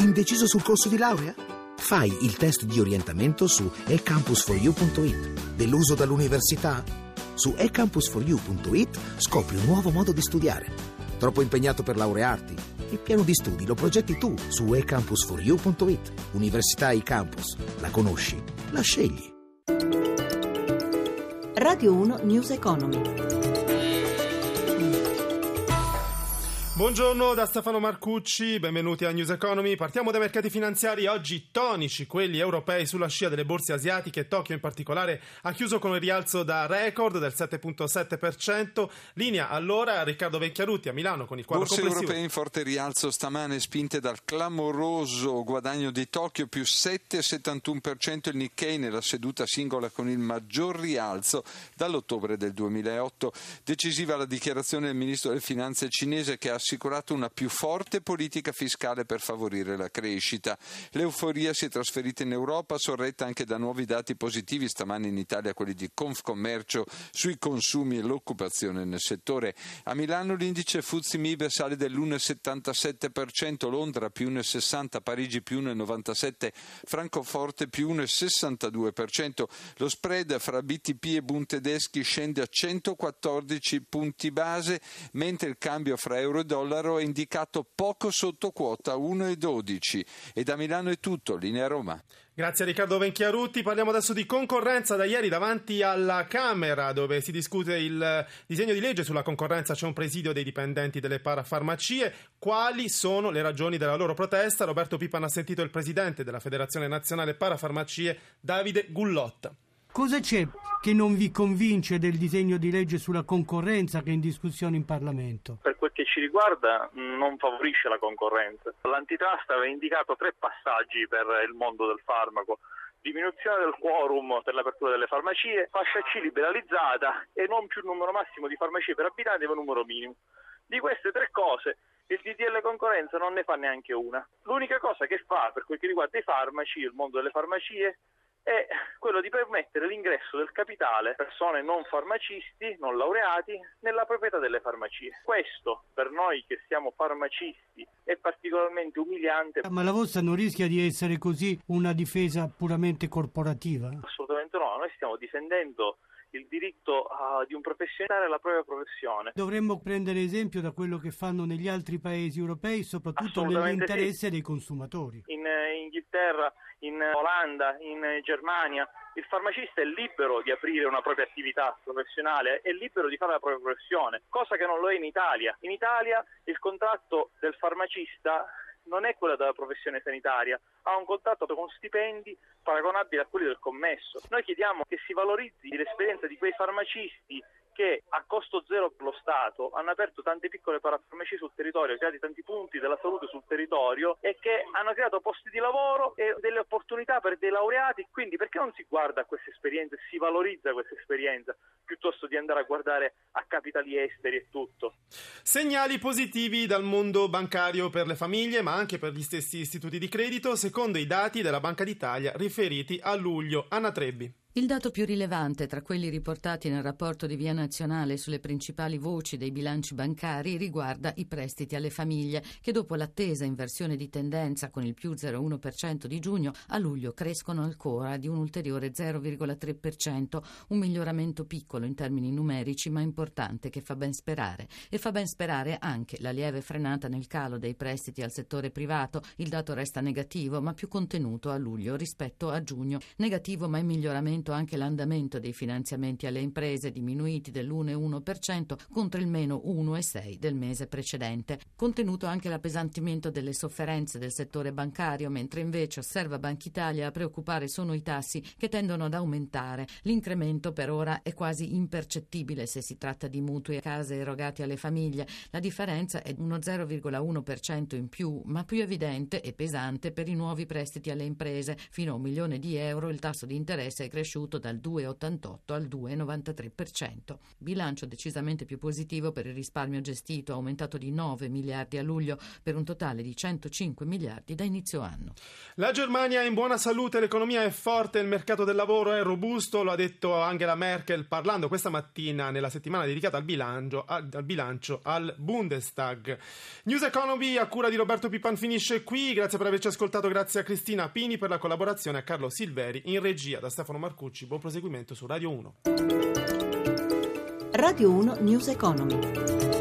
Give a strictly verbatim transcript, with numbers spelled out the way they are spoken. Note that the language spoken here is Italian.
Indeciso sul corso di laurea? Fai il test di orientamento su e campus for you punto it. Deluso dall'università? Su e campus for you punto it scopri un nuovo modo di studiare. Troppo impegnato per laurearti? Il piano di studi lo progetti tu su e campus for you punto it. Università eCampus. La conosci? La scegli. Radio uno News Economy. Buongiorno da Stefano Marcucci, benvenuti a News Economy. Partiamo dai mercati finanziari, oggi tonici quelli europei sulla scia delle borse asiatiche. Tokyo in particolare ha chiuso con un rialzo da record del sette virgola sette per cento. Linea allora Riccardo Venchiarutti a Milano con il quadro borse complessivo. Borse europee in forte rialzo stamane, spinte dal clamoroso guadagno di Tokyo, più sette virgola settantuno per cento il Nikkei nella seduta singola con il maggior rialzo dall'ottobre del duemilaotto. Decisiva la dichiarazione del ministro delle finanze cinese che ha assicurato una più forte politica fiscale per favorire la crescita. L'euforia si è trasferita in Europa, sorretta anche da nuovi dati positivi stamani in Italia, quelli di Confcommercio sui consumi e l'occupazione nel settore. A Milano l'indice F T S E M I B sale dell'uno virgola settantasette per cento, Londra più uno virgola sessanta per cento, Parigi più uno virgola novantasette per cento, Francoforte più uno virgola sessantadue per cento. Lo spread fra B T P e Bund tedeschi scende a centoquattordici punti base, mentre il cambio fra euro e dollaro è indicato poco sotto quota uno virgola dodici. E da Milano è tutto, linea Roma. Grazie a Riccardo Venchiarutti. Parliamo adesso di concorrenza. Da ieri davanti alla Camera, dove si discute il disegno di legge sulla concorrenza, c'è un presidio dei dipendenti delle parafarmacie. Quali sono le ragioni della loro protesta? Roberto Pipan ha sentito il presidente della Federazione Nazionale Parafarmacie, Davide Gullotta. Cosa c'è che non vi convince del disegno di legge sulla concorrenza che è in discussione in Parlamento? Per quel che ci riguarda non favorisce la concorrenza. L'antitrust aveva indicato tre passaggi per il mondo del farmaco: diminuzione del quorum per l'apertura delle farmacie, fascia C liberalizzata e non più numero massimo di farmacie per abitante ma numero minimo. Di queste tre cose il D D L concorrenza non ne fa neanche una. L'unica cosa che fa per quel che riguarda i farmaci, il mondo delle farmacie, è quello di permettere l'ingresso del capitale, persone non farmacisti, non laureati, nella proprietà delle farmacie. Questo, per noi che siamo farmacisti, è particolarmente umiliante. Ma la vostra non rischia di essere così una difesa puramente corporativa? Assolutamente no, noi stiamo difendendo il diritto uh, di un professionale alla propria professione. Dovremmo prendere esempio da quello che fanno negli altri paesi europei, soprattutto nell'interesse sì. dei consumatori. In uh, Inghilterra, in Olanda, in Germania, il farmacista è libero di aprire una propria attività professionale, è libero di fare la propria professione, cosa che non lo è in Italia. In Italia il contratto del farmacista non è quello della professione sanitaria, ha un contratto con stipendi paragonabili a quelli del commesso. Noi chiediamo che si valorizzi l'esperienza di quei farmacisti che a costo zero per lo Stato hanno aperto tante piccole parafarmacie sul territorio, creati tanti punti della salute sul territorio e che hanno creato posti di lavoro e delle opportunità per dei laureati. Quindi perché non si guarda a queste esperienze, si valorizza questa esperienza piuttosto di andare a guardare a capitali esteri e tutto. Segnali positivi dal mondo bancario per le famiglie ma anche per gli stessi istituti di credito, secondo i dati della Banca d'Italia riferiti a luglio. Anna Trebbi. Il dato più rilevante tra quelli riportati nel rapporto di Via Nazionale sulle principali voci dei bilanci bancari riguarda i prestiti alle famiglie, che dopo l'attesa inversione di tendenza con il più zero virgola uno per cento di giugno, a luglio crescono ancora di un ulteriore zero virgola tre per cento, un miglioramento piccolo in termini numerici ma importante che fa ben sperare. E fa ben sperare anche la lieve frenata nel calo dei prestiti al settore privato. Il dato resta negativo ma più contenuto a luglio rispetto a giugno. Negativo ma in miglioramento anche l'andamento dei finanziamenti alle imprese, diminuiti dell'uno virgola uno per cento contro il meno uno virgola sei per cento del mese precedente. Contenuto anche l'appesantimento delle sofferenze del settore bancario, mentre invece osserva Bankitalia a preoccupare sono i tassi che tendono ad aumentare. L'incremento per ora è quasi impercettibile se si tratta di mutui e case erogati alle famiglie. La differenza è uno zero virgola uno per cento in più, ma più evidente e pesante per i nuovi prestiti alle imprese. Fino a un milione di euro il tasso di interesse è cresciuto cresciuto dal due virgola ottantotto al due virgola novantatré per cento. Bilancio decisamente più positivo per il risparmio gestito, aumentato di nove miliardi a luglio per un totale di centocinque miliardi da inizio anno. La Germania è in buona salute, l'economia è forte, il mercato del lavoro è robusto, lo ha detto Angela Merkel parlando questa mattina nella settimana dedicata al bilancio al, al, bilancio, al Bundestag. News Economy a cura di Roberto Pippan finisce qui, grazie per averci ascoltato, grazie a Cristina Pini per la collaborazione, a Carlo Silveri in regia, da Stefano Marcucci, buon proseguimento su Radio uno. Radio uno News Economy.